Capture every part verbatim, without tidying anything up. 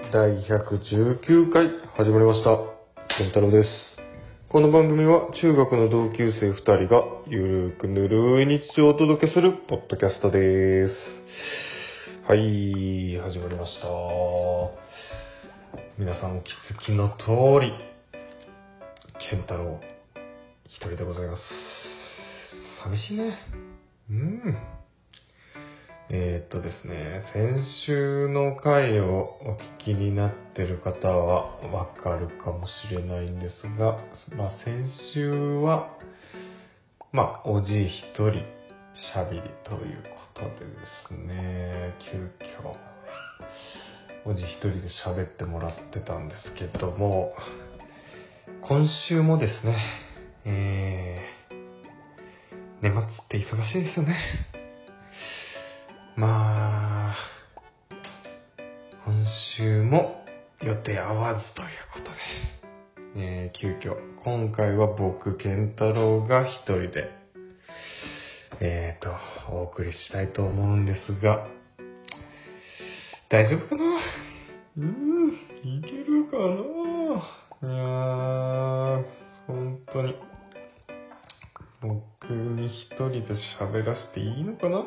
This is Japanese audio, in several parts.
だいひゃくじゅうきゅうかい始まりました。健太郎です。この番組は中学の同級生ふたりがゆるくぬるい日常をお届けするポッドキャストです。はい、始まりました。皆さんお気づきの通り、健太郎一人でございます。寂しいね。うん。えー、っとですね、先週の回をお聞きになってる方はわかるかもしれないんですが、まあ先週は、まあおじい一人喋りということでですね、急遽おじ一人で喋ってもらってたんですけども、今週もですね、えー、年末って忙しいですよね。まあ、今週も予定合わずということで、えー、急遽、今回は僕、健太郎が一人で、えーと、お送りしたいと思うんですが、大丈夫かな？うーん、いけるかな？いやー、本当に、僕に一人で喋らせていいのかな？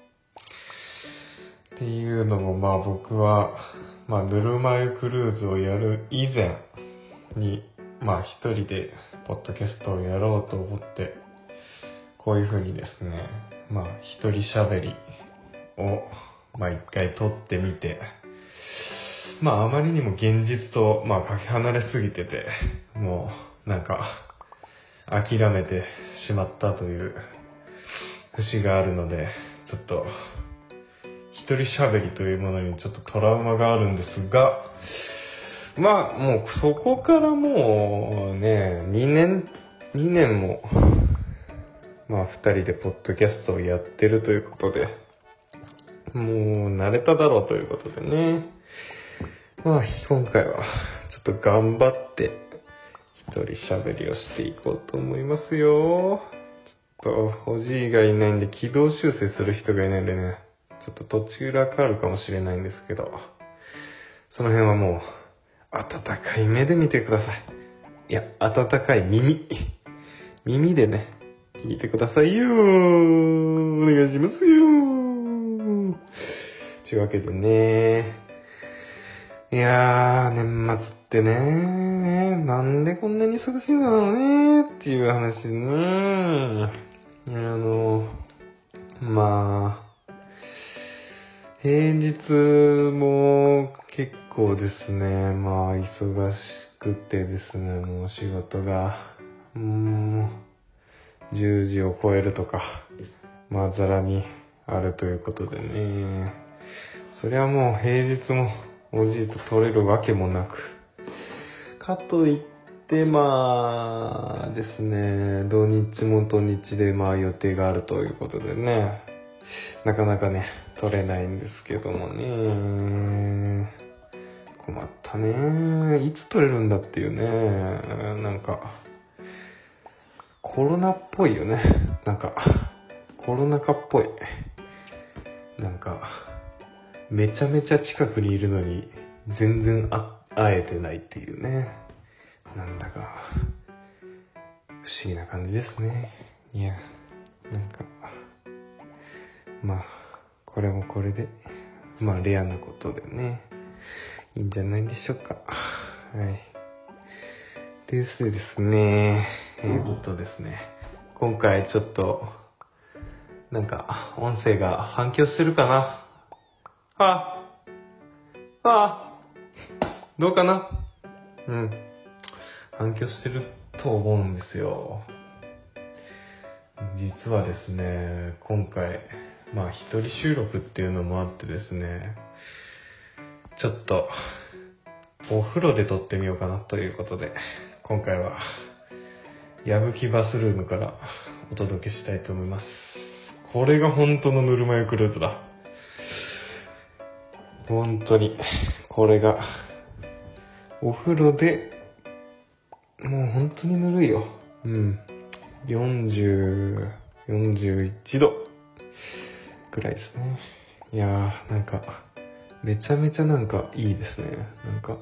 っていうのも、まあ僕は、まあぬるま湯クルーズをやる以前に、まあ一人でポッドキャストをやろうと思って、こういう風にですね、まあ一人喋りを、まあ一回撮ってみて、まああまりにも現実と、まあかけ離れすぎてて、もうなんか諦めてしまったという節があるので、ちょっと、一人喋りというものにちょっとトラウマがあるんですが、まあもうそこからもうね、にねん、にねんも、まあ二人でポッドキャストをやってるということで、もう慣れただろうということでね、まあ今回はちょっと頑張って一人喋りをしていこうと思いますよ。ちょっとおじいがいないんで軌道修正する人がいないんでね、ちょっと途中らかるかもしれないんですけど、その辺はもう、温かい目で見てください。いや、温かい耳。耳でね、聞いてくださいよー。お願いしますよー。というわけでね、いやー、年末ってね、なんでこんなに忙しいんだろうねーっていう話ね。あの、まあ、平日も結構ですね、まあ忙しくてですね、もう仕事が、もうじゅうじを超えるとか、まあざらにあるということでね、そりゃもう平日もおじいと取れるわけもなく、かといってまあですね、土日も土日でまあ予定があるということでね、なかなかね、取れないんですけどもね。困ったね。いつ取れるんだっていうね。なんか、コロナっぽいよね。なんか、コロナ禍っぽい。なんか、めちゃめちゃ近くにいるのに、全然あ会えてないっていうね。なんだか、不思議な感じですね。いや、なんか、まあ、これもこれで、まあ、レアなことでね、いいんじゃないでしょうか。はい。ですですね、えー、っとですね、今回ちょっと、なんか、音声が反響してるかな？はぁ、はぁ、どうかな？うん。反響してると思うんですよ。実はですね、今回、まあ一人収録っていうのもあってですね、ちょっとお風呂で撮ってみようかなということで、今回は矢吹バスルームからお届けしたいと思います。これが本当のぬるま湯クルーズだ。本当にこれがお風呂でもう本当にぬるいよ。うん。よんじゅう、よんじゅういちどくらいですね。いやー、なんか、 めちゃめちゃなんかいいですね。なんか、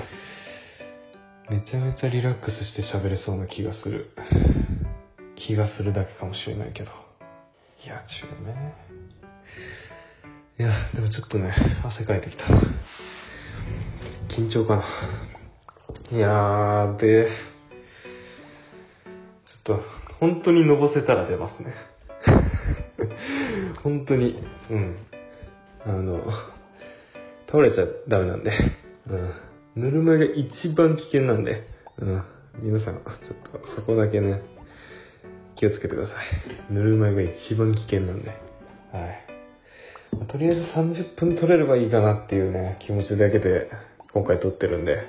めちゃめちゃリラックスして喋れそうな気がする。気がするだけかもしれないけど。いや、ちゅうね。いや、でもちょっとね、汗かいてきた。緊張かな。いやー、で、ちょっと、本当にのぼせたら出ますね。本当に、うん。あの、倒れちゃダメなんで、うん。ぬるま湯が一番危険なんで、うん。皆さん、ちょっとそこだけね、気をつけてください。ぬるま湯が一番危険なんで、はい。まあ、とりあえずさんじゅっぷん取れればいいかなっていうね、気持ちだけで今回撮ってるんで、はい。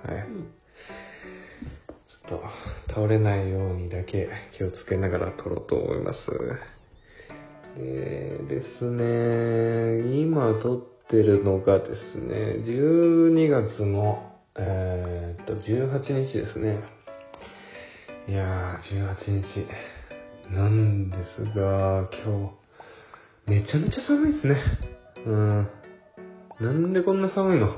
ちょっと倒れないようにだけ気をつけながら撮ろうと思います。でですね、今撮ってるのがですね、じゅうにがつの、えー、っと、じゅうはちにちですね。いやー、じゅうはちにちなんですが、今日、めちゃめちゃ寒いですね。うん。なんでこんな寒いの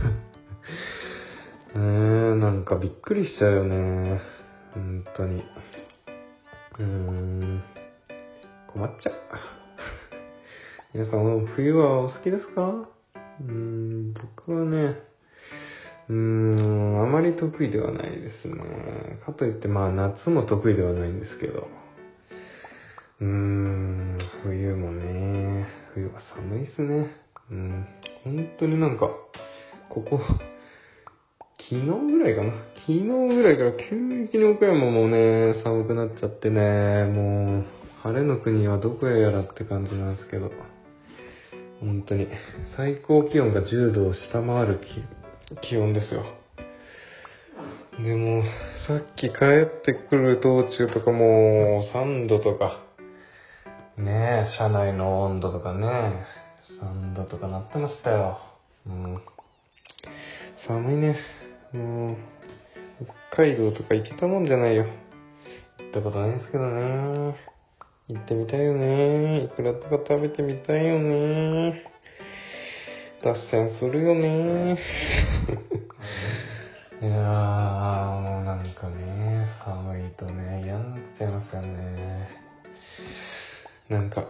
えー、なんかびっくりしちゃうよね。本当に。うーん。困っちゃう。皆さん、冬はお好きですか？うーん、僕はね、うーん、あまり得意ではないですね。かといって、まあ夏も得意ではないんですけど。うーん、冬もね、冬は寒いっすね。うん、本当になんか、ここ、昨日ぐらいかな。昨日ぐらいから急激に岡山もね、寒くなっちゃってね、もう、晴れの国はどこへやらって感じなんですけど、本当に、最高気温がじゅうどを下回る気、気温ですよ。でも、さっき帰ってくる道中とかもうさんどとか、ねえ、車内の温度とかね、さんどとかなってましたよ。うん、寒いね。もう、北海道とか行けたもんじゃないよ。行ったことないんですけどね。行ってみたいよね。いくらとか食べてみたいよね。脱線するよね。いやー、もうなんかね、寒いとね、嫌になっちゃいますよね。なんか、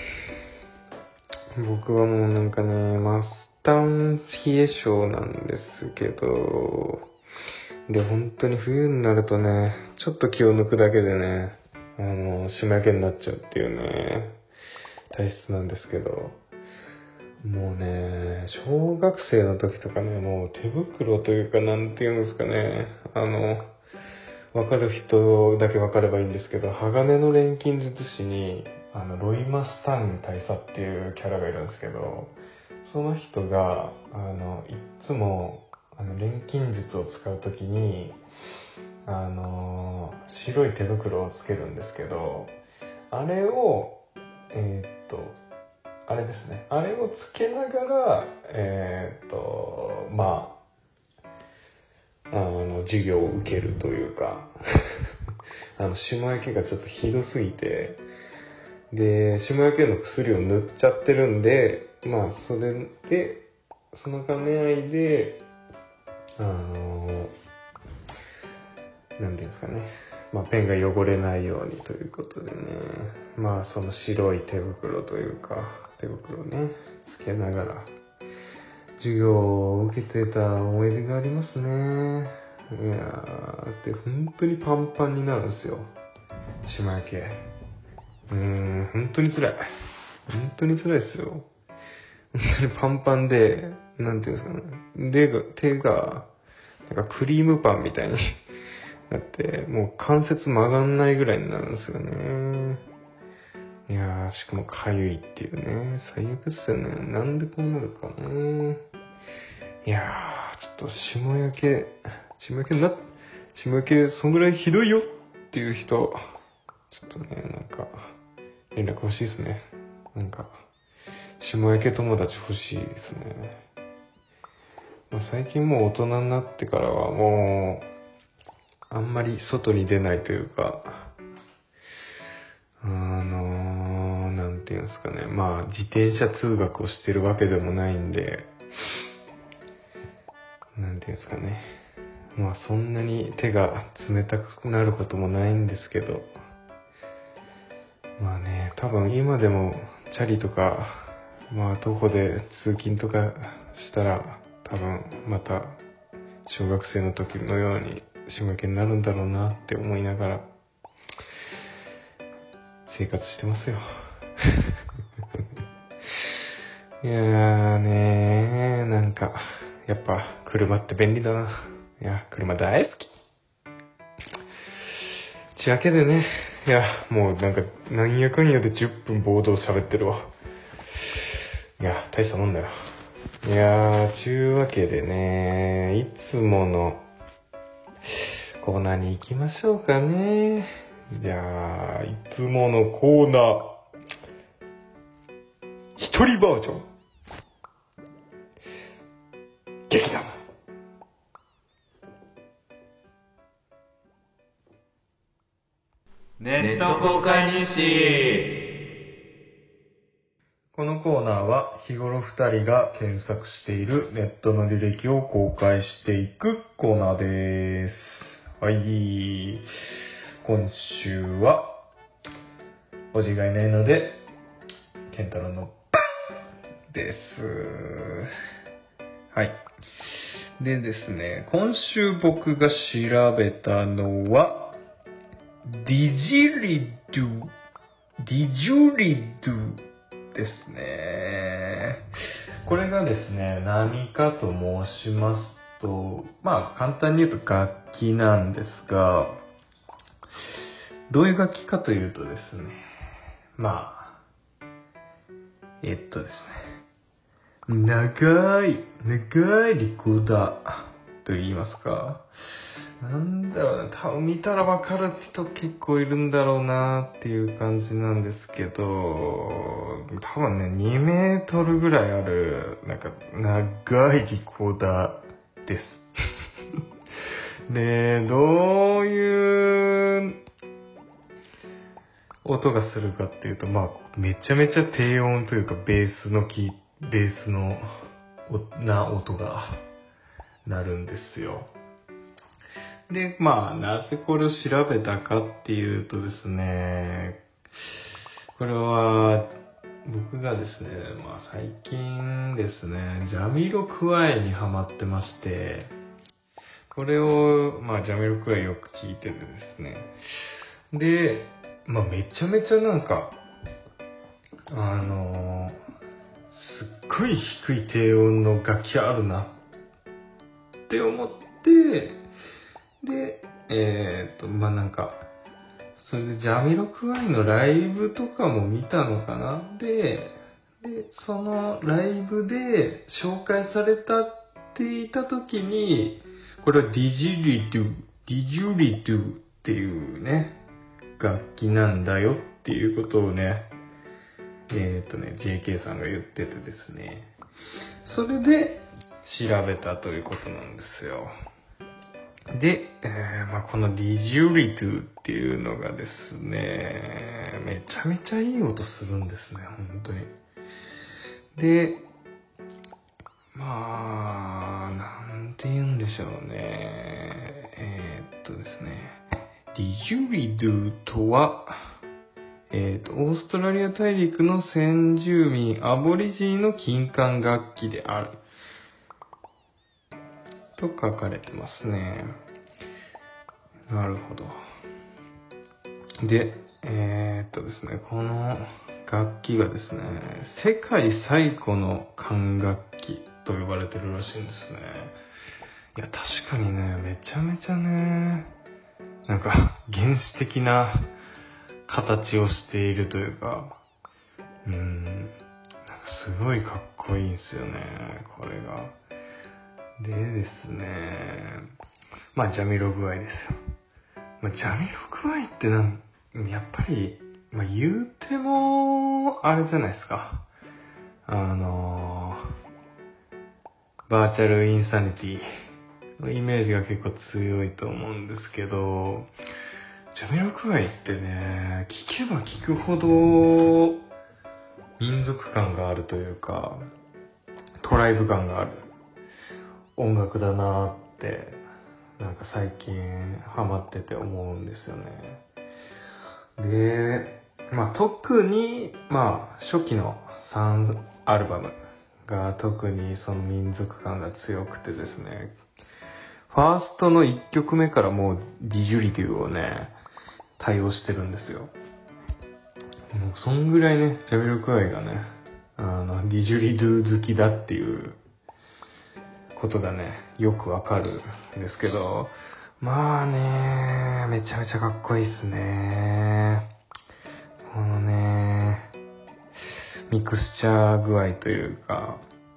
僕はもうなんかね、末端冷え性なんですけど、で、本当に冬になるとね、ちょっと気を抜くだけでね、あの、しまけになっちゃうっていうね、体質なんですけど、もうね、小学生の時とかね、もう手袋というか、なんていうんですかね、あの、わかる人だけわかればいいんですけど、鋼の錬金術師に、あの、ロイマスタン大佐っていうキャラがいるんですけど、その人が、あの、いっつも、あの、錬金術を使うときに、あの、白い手袋をつけるんですけど、あれを、えー、っと、あれですね、あれをつけながら、えー、っと、まあ、あの、授業を受けるというか、あの、霜焼けがちょっとひどすぎて、で、霜焼けの薬を塗っちゃってるんで、まあ、それで、その兼ね合いで、あの、なんていうんですかね。まあ、ペンが汚れないようにということでね。まあ、その白い手袋というか、手袋をね、つけながら、授業を受けてた思い出がありますね。いやー、で、本当にパンパンになるんですよ。霜焼け。うーん、本当に辛い。本当に辛いですよ。本当にパンパンで、なんていうんですかね。手が、手が、なんかクリームパンみたいになって、もう関節曲がんないぐらいになるんですよね。いやー、しかもかゆいっていうね。最悪ですよね。なんでこうなるかね。いやー、ちょっと霜焼け、霜焼けな、霜焼け、そんぐらいひどいよっていう人、ちょっとね、なんか、連絡欲しいですね。なんか、霜焼け友達欲しいですね。まあ、最近もう大人になってからはもう、あんまり外に出ないというか、あのー、なんていうんですかね。まあ、自転車通学をしてるわけでもないんで、 ていうんですかね。まあそんなに手が冷たくなることもないんですけど、まあね、多分今でもチャリとか、まあ徒歩で通勤とかしたら、多分また小学生の時のように仕事になるんだろうなって思いながら生活してますよ。いやーねー、なんかやっぱ車って便利だな。いや、車大好き。ちゅうわけでね、いや、もうなんかなんやかんやでじゅっぷんボードを喋ってるわ。いや、大したもんだよ。いやー、ちゅうわけでね、いつものコーナーに行きましょうかね。じゃあ、いつものコーナー。一人バージョン。劇団。 ネット公開日誌。 このコーナーは日頃二人が検索しているネットの履歴を公開していくコーナーです。はい。今週は、おじがいないので、ケンタロウのパンです。はい。でですね、今週僕が調べたのは、ディジリドゥ、ディジュリドゥですね。これがですね、何かと申しますと、まあ簡単に言うと楽器なんですが、どういう楽器かというとですね、まあ、えっとですね、長い、長いリコーダーと言いますか、なんだろうね、多分見たらわかる人結構いるんだろうなっていう感じなんですけど、多分ね、にメートルぐらいある、なんか、長いリコーダーです。で、どういう音がするかっていうと、まあ、めちゃめちゃ低音というか、ベースのキー、ベースの、な音が鳴るんですよ。で、まあ、なぜこれを調べたかっていうとですね、これは、僕がですね、まあ最近ですね、ジャミロクワイにハマってまして、これを、まあジャミロクワイよく聞いててですね、で、まあめちゃめちゃなんか、あのー、すっごい低い低音の楽器あるなって思って、で、えー、っと、まあ、なんか、それでジャミロクワイのライブとかも見たのかな。で、で、そのライブで紹介されたっていた時に、これはディジリドゥ、ディジュリドゥっていうね、楽器なんだよっていうことをね、えー、っとね、ジェーケー さんが言っててですね、それで調べたということなんですよ。で、えーまあ、このディジュリドゥっていうのがですね、めちゃめちゃいい音するんですね、本当に。で、まあ、なんて言うんでしょうね。えー、っとですね、ディジュリドゥとは、えー、っと、オーストラリア大陸の先住民、アボリジニの金管楽器である。と書かれてますね。なるほど。で、えー、っとですね、この楽器がですね、世界最古の管楽器と呼ばれてるらしいんですね。いや、確かにね、めちゃめちゃね、なんか原始的な形をしているというか、うーん、なんかすごいかっこいいんですよね、これが。でですね、まあジャミロクワイですよ。まあ、ジャミロクワイってなん、やっぱり、まあ言うても、あれじゃないですか。あのー、バーチャルインサニティのイメージが結構強いと思うんですけど、ジャミロクワイってね、聞けば聞くほど民族感があるというか、トライブ感がある。 音楽だなってなんか最近ハマってて思うんですよね。で、まあ特にまあ初期のさんアルバムが特にその民族感が強くてですね、ファーストのいっきょくめからもうディジュリデュをね対応してるんですよ。もうそんぐらいねジャミロクワイがねあのディジュリドゥ好きだっていうことがねよくわかるんですけど、まあねめちゃめちゃかっこいいっすね。このねミクスチャー具合というか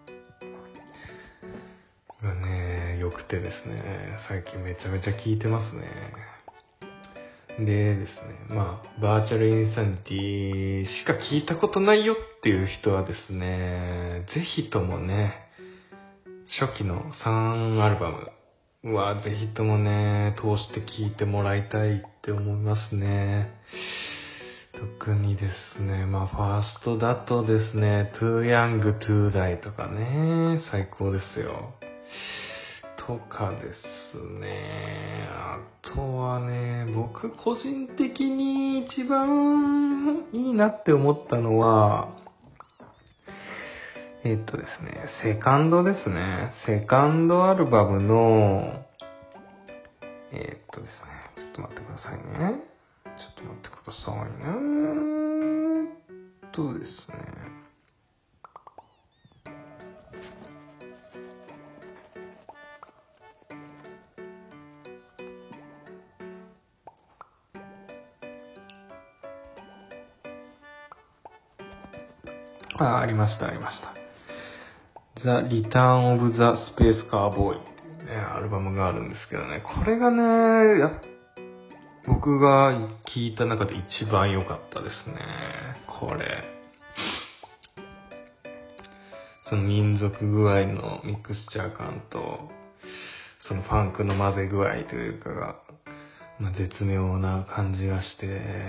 がね良くてですね、最近めちゃめちゃ聴いてますね。でですね、まあバーチャルインサニティしか聞いたことないよっていう人はですね、ぜひともね初期のさんアルバムはぜひともね通して聴いてもらいたいって思いますね。特にですね、まあファーストだとですね Too Young to Die とかね最高ですよとかですね。あとはね、僕個人的に一番いいなって思ったのはえっとですね、セカンドですね。セカンドアルバムのえっとですね、ちょっと待ってくださいね。ちょっと待ってくださいね。とですね。あ、ありました、ありました。The Return of the Space Cowboy っていうね、アルバムがあるんですけどね。これがね、や僕が聴いた中で一番良かったですね。これ。その民族具合のミクスチャー感と、そのファンクの混ぜ具合というかが、まあ、絶妙な感じがして、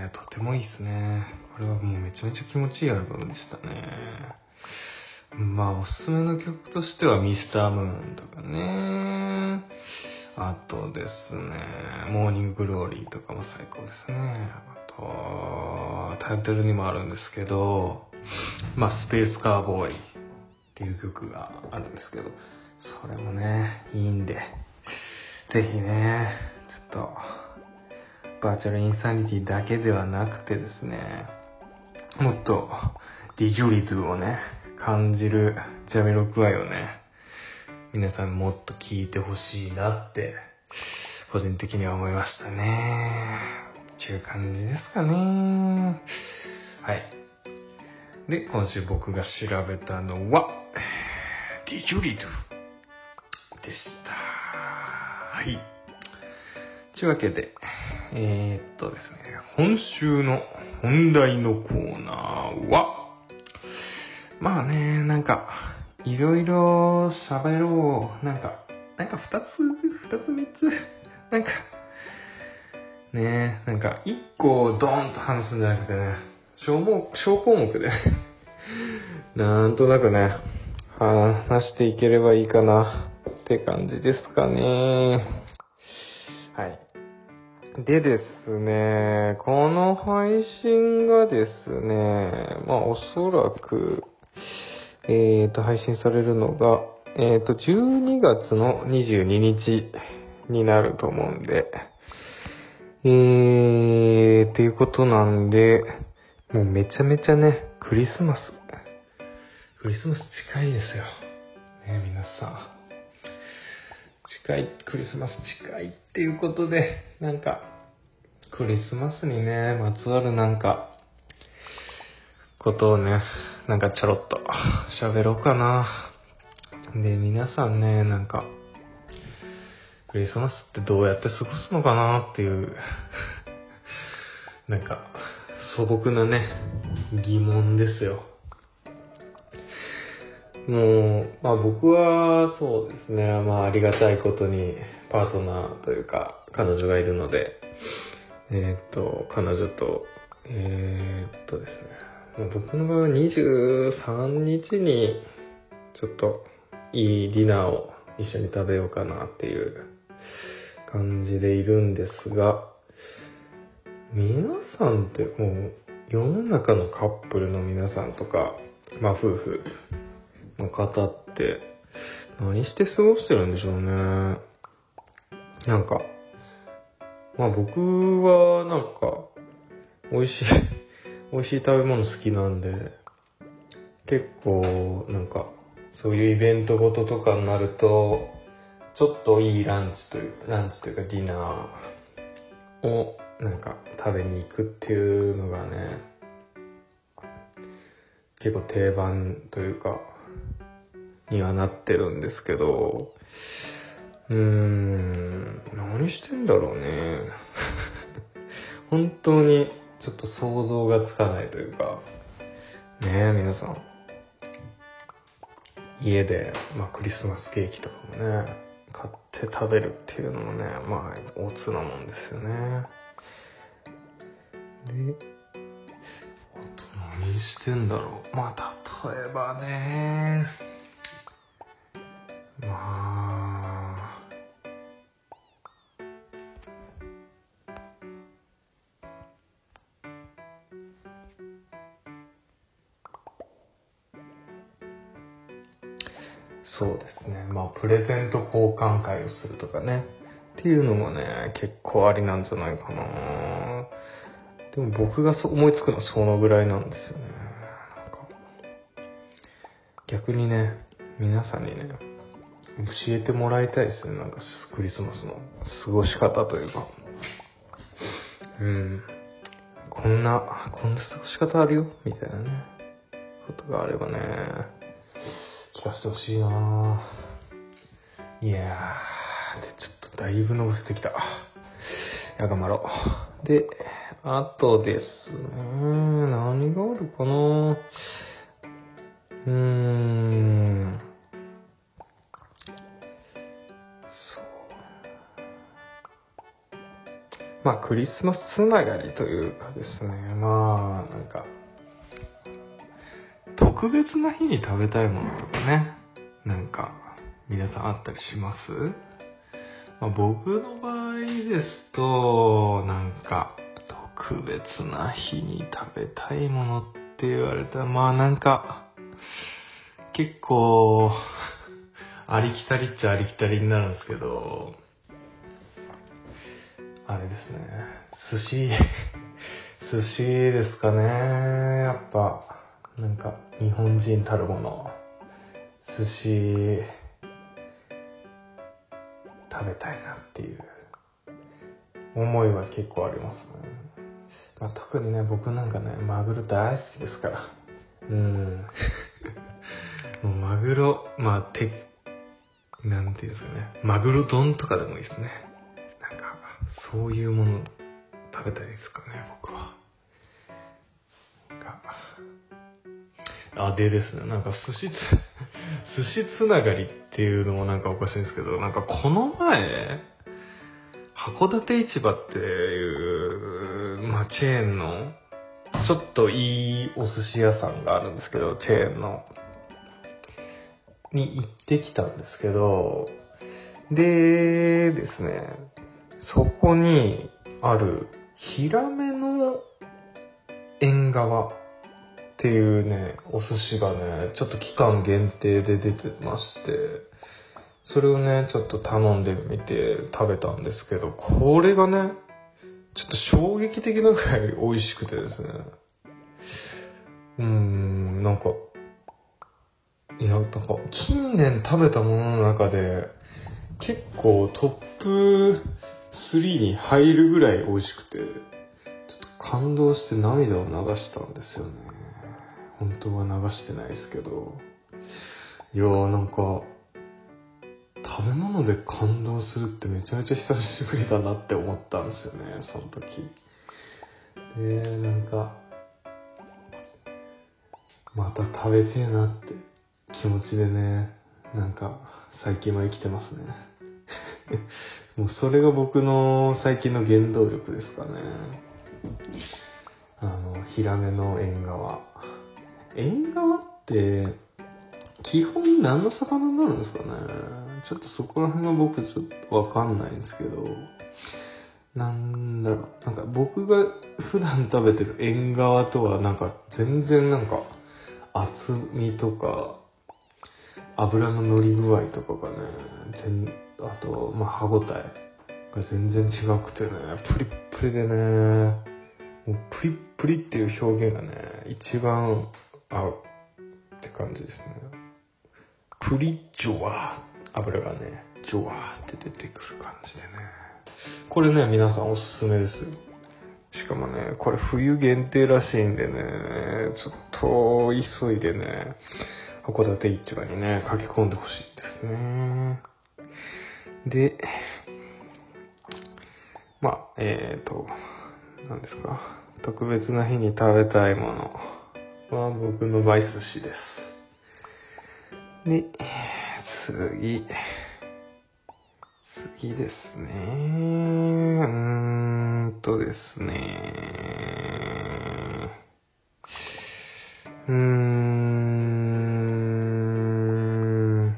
とてもいいですね。これはもうめちゃめちゃ気持ちいいアルバムでしたね。まあおすすめの曲としてはミスタームーンとかね。あとですね、モーニンググローリーとかも最高ですね。あと、タイトルにもあるんですけど、まあスペースカーボーイっていう曲があるんですけど、それもね、いいんで、ぜひね、ちょっと、バーチャルインサニティだけではなくてですね、もっとディジュリドゥをね、感じるジャミロクワイをね、皆さんもっと聞いてほしいなって個人的には思いましたね。っていう感じですかね。はい。で、今週僕が調べたのはディジュリドゥでした。はい。というわけで、えー、っとですね、今週の本題のコーナーは、まあね、なんか、いろいろ喋ろう。なんか、なんか二つ、二つ三つ、なんか、ねなんか一個ドーンと話すんじゃなくてね、小目、小項目で、なんとなくね、話していければいいかなって感じですかね。はい。でですね、この配信がですね、まあおそらく、えーと、配信されるのが、えーと、じゅうにがつのにじゅうににちになると思うんで、えー、っていうことなんで、もうめちゃめちゃね、クリスマス。クリスマス近いですよ。ね、皆さん。近い、クリスマス近いっていうことで、なんか、クリスマスにね、まつわるなんか、ことをね、なんかちょろっと喋ろうかな。で、皆さんね、なんか、クリスマスってどうやって過ごすのかなっていう、なんか、素朴なね、疑問ですよ。もう、まあ僕はそうですね、まあありがたいことにパートナーというか、彼女がいるので、えー、っと、彼女と、えー、っとですね、僕の場合はにじゅうさんにちにちょっといいディナーを一緒に食べようかなっていう感じでいるんですが、皆さんってもう世の中のカップルの皆さんとか、まあ夫婦の方って何して過ごしてるんでしょうね。なんか、まあ僕はなんか美味しい美味しい食べ物好きなんで、結構なんかそういうイベントごととかになるとちょっといいランチというランチというかディナーをなんか食べに行くっていうのがね、結構定番というかにはなってるんですけど、うーん何してんだろうね本当にちょっと想像がつかないというかねえ、皆さん家で、まあ、クリスマスケーキとかもね買って食べるっていうのもね、まあおつなもんですよね。で、あと何してんだろう。まあ例えばね、まあそうですね。まあプレゼント交換会をするとかねっていうのもね結構ありなんじゃないかな。でも僕が思いつくのはそのぐらいなんですよね。なんか逆にね、皆さんにね教えてもらいたいですね。なんかクリスマスの過ごし方というか、うんこんなこんな過ごし方あるよみたいなねことがあればね聞かせてほしいな。いやー、でちょっとだいぶのぼせてきた。いや頑張ろう。で、あとですね、何があるかな。うーん。そう。まあクリスマスつながりというかですね、まあなんか。特別な日に食べたいものとかね、なんか皆さんあったりします？まあ、僕の場合ですと、なんか特別な日に食べたいものって言われたら、まあなんか結構ありきたりっちゃありきたりになるんですけど、あれですね、寿司寿司ですかね。やっぱなんか日本人たるもの寿司食べたいなっていう思いは結構ありますね。まあ、特にね僕なんかねマグロ大好きですから、うんもうマグロまあてなんていうんですかね、マグロ丼とかでもいいですね。なんかそういうもの食べたいですかね僕は。なんかあ、でですね、なんか寿司つ、寿司つながりっていうのもなんかおかしいんですけど、なんかこの前、函館市場っていう、まあチェーンの、ちょっといいお寿司屋さんがあるんですけど、チェーンの、に行ってきたんですけど、でですね、そこにある、ヒラメの縁側っていうね、お寿司がね、ちょっと期間限定で出てまして、それをね、ちょっと頼んでみて食べたんですけど、これがね、ちょっと衝撃的なぐらい美味しくてですね。うーん、なんか、いや、なんか、近年食べたものの中で、結構トップスリーに入るぐらい美味しくて、ちょっと感動して涙を流したんですよね。本当は流してないですけど。いやーなんか、食べ物で感動するってめちゃめちゃ久しぶりだなって思ったんですよね、その時。で、なんか、また食べてえなって気持ちでね、なんか最近は生きてますね。もうそれが僕の最近の原動力ですかね。あの、ヒラメの縁側。縁側って基本何の魚になるんですかね。 ちょっとそこら辺は僕ちょっとわかんないんですけど、なんだろう、なんか僕が普段食べてる縁側とはなんか全然なんか厚みとか油の乗り具合とかがね、全あとまあ歯ごたえが全然違くてね、プリップリでね、もうプリップリっていう表現がね一番合うって感じですね。プリジョワー、油がねジョワーって出てくる感じでね、これね皆さんおすすめですよ。しかもねこれ冬限定らしいんでね、ちょっと急いでね函館市場にね駆け込んでほしいですね。でまあえーと何ですか、特別な日に食べたいものは僕の場合寿司です。で次次ですね。うーんとですね。うーん。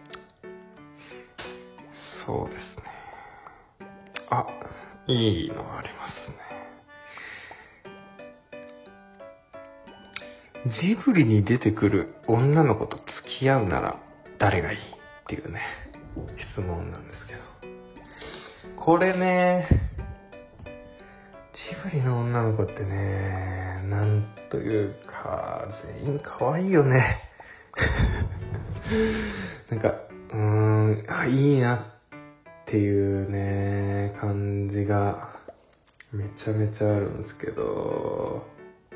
そうですね。あ、いいのありますね。ジブリに出てくる女の子と付き合うなら誰がいいっていうね、質問なんですけど。これね、ジブリの女の子ってね、なんというか、全員可愛いよね。なんか、うーん、あ、いいなっていうね、感じがめちゃめちゃあるんですけど、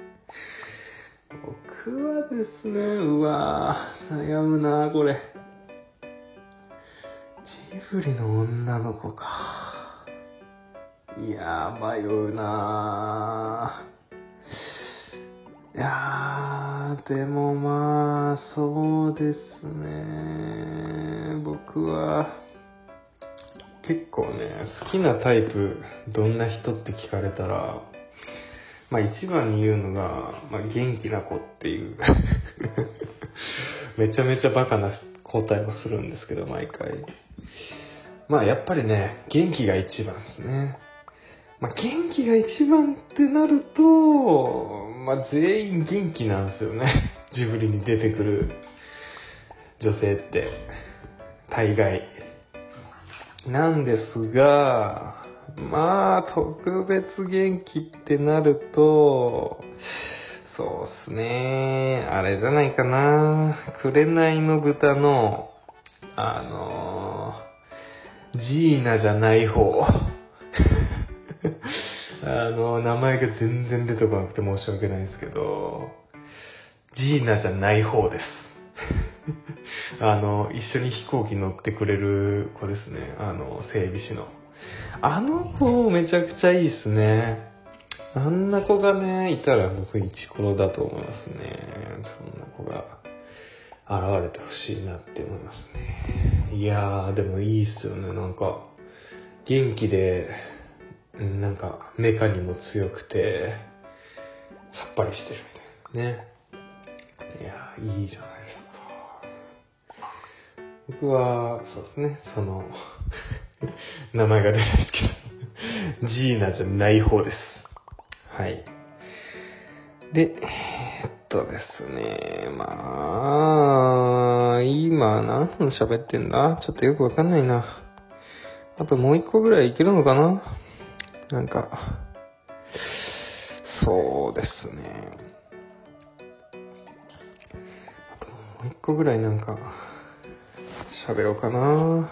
僕はですね、うわぁ、悩むなこれ。ジブリの女の子か。いやー、迷うなー。いやー、でもまあ、そうですね。僕は、結構ね、好きなタイプ、どんな人って聞かれたら、まあ一番に言うのが、まあ元気な子っていう。めちゃめちゃバカな答えをするんですけど、毎回。まあやっぱりね、元気が一番ですね。まあ、元気が一番ってなると、まあ、全員元気なんですよね。ジブリに出てくる女性って、大概。なんですが、まあ、特別元気ってなると、そうっすね、あれじゃないかな。紅の豚の、あのー、ジーナじゃない方。あの、名前が全然出てこなくて申し訳ないんですけど、ジーナじゃない方です。あの、一緒に飛行機乗ってくれる子ですね。あの、整備士の。あの子めちゃくちゃいいですね。あんな子がね、いたら僕イチコロだと思いますね。そんな子が現れてほしいなって思いますね。いやー、でもいいっすよね。なんか、元気で、なんかメカにも強くてさっぱりしてるみたいなね。いやいいじゃないですか。僕はそうですね、その名前が出ないですけどジーナじゃない方です。はい。でえー、っとですね、まあ今何分喋ってんだ、ちょっとよくわかんないな。あともう一個ぐらいいけるのかな。なんか、そうですね。あともう一個ぐらいなんか、喋ろうかな。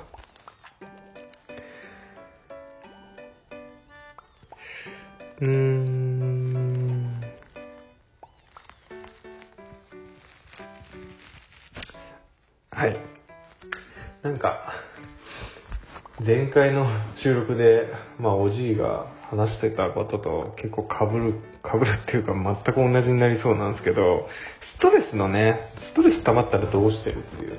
うーん。はい。なんか、前回の収録で、まあおじいが話してたことと結構被る、被るっていうか全く同じになりそうなんですけど、ストレスのね、ストレス溜まったらどうしてるっていうね、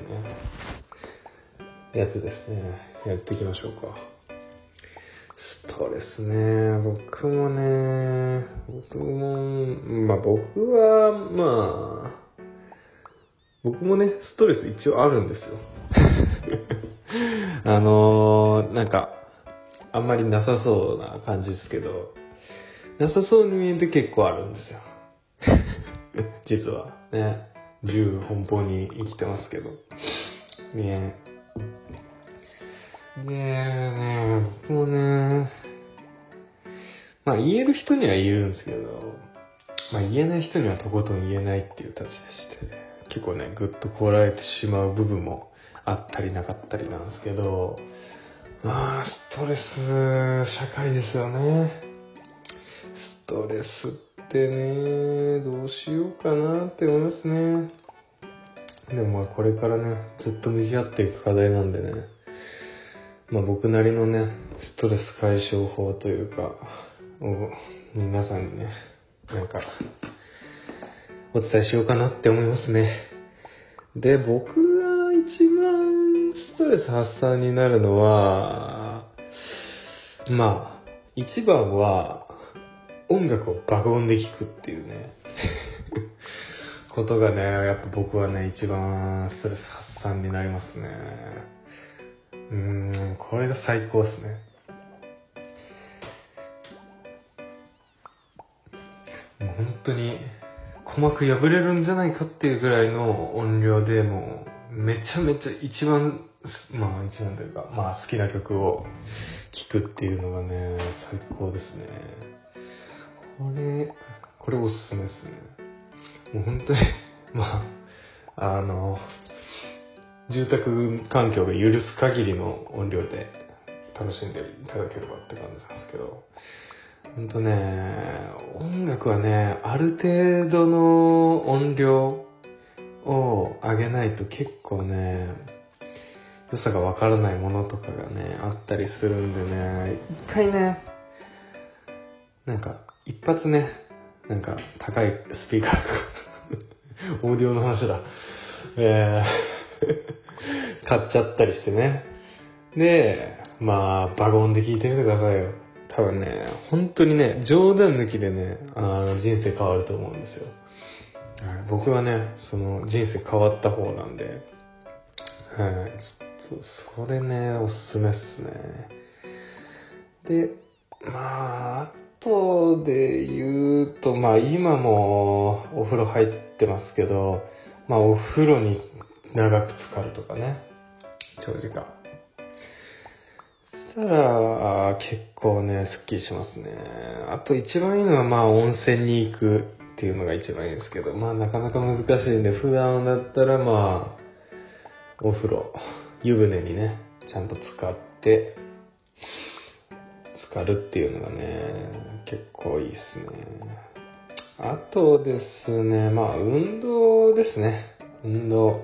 やつですね。やっていきましょうか。ストレスね、僕もね、僕も、まあ僕は、まあ、僕もね、ストレス一応あるんですよ。 あのー、なんか、あんまりなさそうな感じですけど、なさそうに見えて結構あるんですよ。実は。ね。銃奔放に生きてますけど。ねでね、僕もね、まあ言える人には言えるんですけど、まあ言えない人にはとことん言えないっていう立ちでして、結構ね、ぐっとこらえてしまう部分もあったりなかったりなんですけど、まあストレス社会ですよね。ストレスってね、どうしようかなって思いますね。でもまあこれからね、ずっと向き合っていく課題なんでね、まあ僕なりのね、ストレス解消法というか、を皆さんにね、なんか、お伝えしようかなって思いますね。で、僕が一番ストレス発散になるのは、まあ、一番は、音楽を爆音で聴くっていうね、ことがね、やっぱ僕はね、一番ストレス発散になりますね。うーん、これが最高ですね。もう本当に鼓膜破れるんじゃないかっていうぐらいの音量でもうめちゃめちゃ一番、まあ一番というか、まあ好きな曲を聴くっていうのがね、最高ですね。これ、これおすすめですね。もう本当に、まあ、あの、住宅環境が許す限りの音量で楽しんでいただければって感じなんですけど、ほんとね、音楽はね、ある程度の音量を上げないと結構ね、良さがわからないものとかがね、あったりするんでね、一回ね、なんか、一発ね、なんか、高いスピーカーとか、オーディオの話だ。えー、買っちゃったりしてね。で、まあ、バゴンで聞いてみてくださいよ。多分ね、本当にね、冗談抜きでね、あの、人生変わると思うんですよ。はい、僕はね、その、人生変わった方なんで、はい、そそれね、おすすめっすね。で、まあ、あとで言うと、まあ今もお風呂入ってますけど、まあお風呂に長く浸かるとかね、長時間。そしたら、結構ね、スッキリしますね。あと一番いいのはまあ温泉に行くっていうのが一番いいんですけど、まあなかなか難しいんで、普段だったらまあ、お風呂、湯船にね、ちゃんと浸かって、浸かるっていうのがね、結構いいですね。あとですね、まあ運動ですね。運動。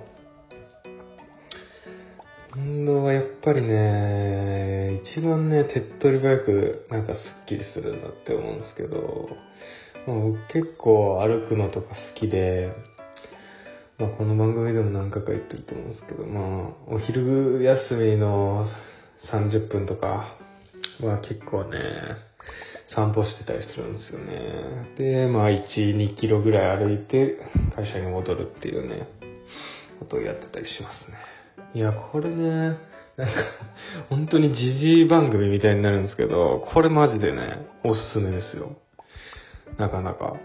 運動はやっぱりね、一番ね、手っ取り早くなんかスッキリするんだって思うんですけど、まあ、僕結構歩くのとか好きで、まあこの番組でも何回か言ってると思うんですけど、まあお昼休みのさんじゅっぷんとかは結構ね、散歩してたりするんですよね。で、まあいち、にキロぐらい歩いて会社に戻るっていうね、ことをやってたりしますね。いや、これね、なんか、本当にジジイ番組みたいになるんですけど、これマジでね、おすすめですよ。なかなか。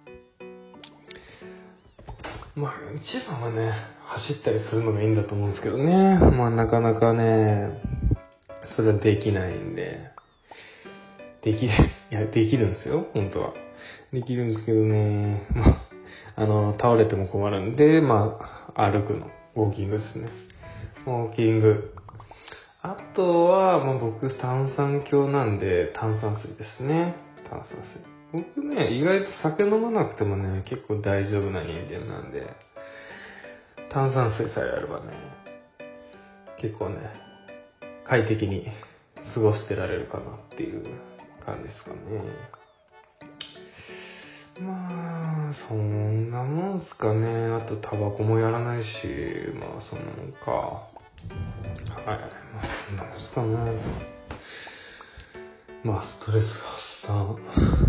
まあ、一番はね、走ったりするのがいいんだと思うんですけどね。まあ、なかなかね、それはできないんで、できる、いや、できるんですよ、本当は。できるんですけどね、まあ、あの、倒れても困るんで、まあ、歩くの、ウォーキングですね。ウォーキング。あとは、まあ、僕炭酸強なんで炭酸水ですね。炭酸水。僕ね、意外と酒飲まなくてもね、結構大丈夫な人間なんで、炭酸水さえあればね、結構ね、快適に過ごしてられるかなっていう感じですかね。まあ、そんなもんすかね。あとタバコもやらないし、まあそんなもんか。はい。まあそんなもんすかね。まあストレス発散。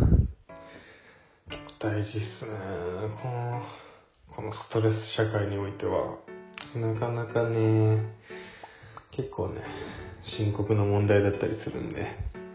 結構大事っすね。この、このストレス社会においては。なかなかね、 結構ね、深刻な問題だったりするんで。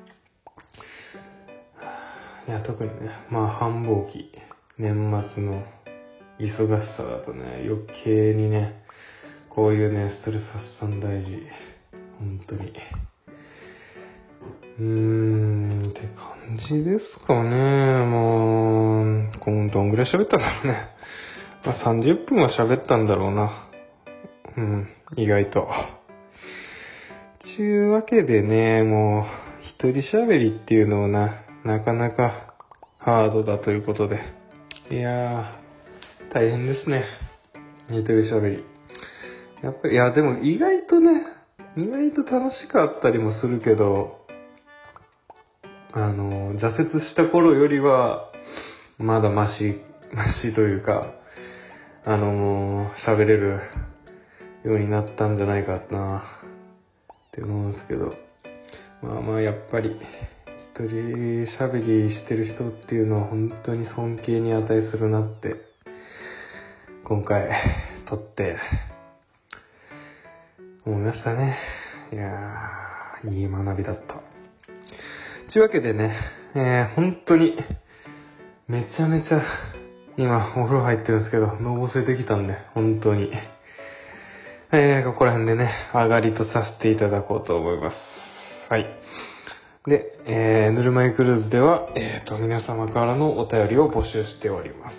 いや、特にね、まあ繁忙期、年末の忙しさだとね、余計にね、こういうね、ストレス発散大事。本当に。うーん、って感じですかね。もう、このどんぐらい喋ったんだろうね。まあさんじゅっぷんは喋ったんだろうな。うん、意外と。ちゅうわけでね、もう、一人喋りっていうのをな、なかなかハードだということで。いやー、大変ですね。一人喋り。やっぱり、いや、でも意外とね、意外と楽しかったりもするけど、あの、挫折した頃よりは、まだマシ、マシというか、あの、喋れるようになったんじゃないかな、って思うんですけど、まあまあ、やっぱり、一人喋りしてる人っていうのは本当に尊敬に値するなって、今回、撮って、思いましたね。いやー、いい学びだった。というわけでね、えー、本当に、めちゃめちゃ、今、お風呂入ってるんですけど、のぼせてきたんで、本当に。えー、ここら辺でね、上がりとさせていただこうと思います。はい。で、えー、ぬるま湯クルーズでは、えーと、皆様からのお便りを募集しております。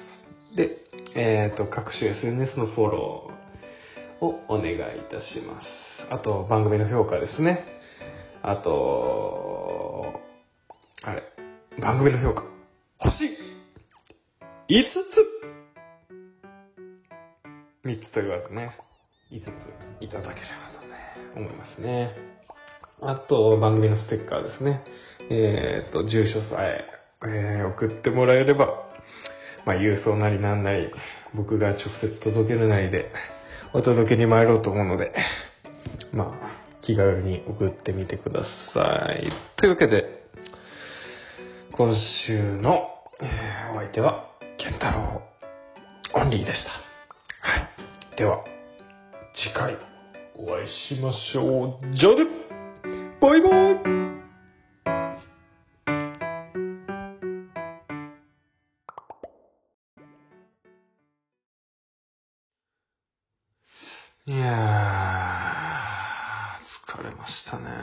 で、えーと、各種 エスエヌエス のフォローをお願いいたします。あと、番組の評価ですね。あと、あれ、番組の評価、星いつつみっつと言わずね、いつついただければとね、思いますね。あと、番組のステッカーですね。えーと、住所さえ、えー、送ってもらえれば、まあ、郵送なりなんなり、僕が直接届けるなりで、お届けに参ろうと思うので、まあ、気軽に送ってみてください。というわけで、今週の、えー、お相手は、健太郎オンリーでした。はい。では、次回お会いしましょう。じゃあね、バイバイ。いやー、疲れましたね。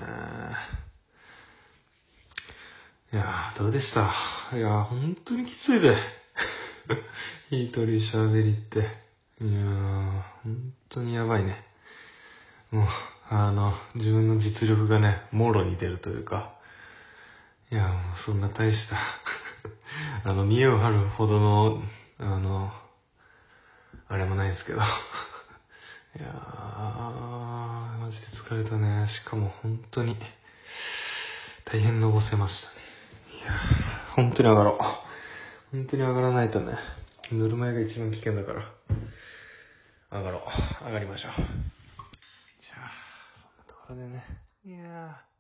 いやー、どうでした？いやー、本当にきついで。一人喋りって。いやー、本当にやばいね。もう、あの、自分の実力がね、もろに出るというか。いやー、もうそんな大した、あの、見栄を張るほどの、あの、あれもないんですけど。いやー、マジで疲れたね。しかも本当に、大変のぼせましたね。いやー、本当に上がろう。本当に上がらないとね、ぬるま湯が一番危険だから。上がろう。上がりましょう。じゃあ、そんなところでね。いやー。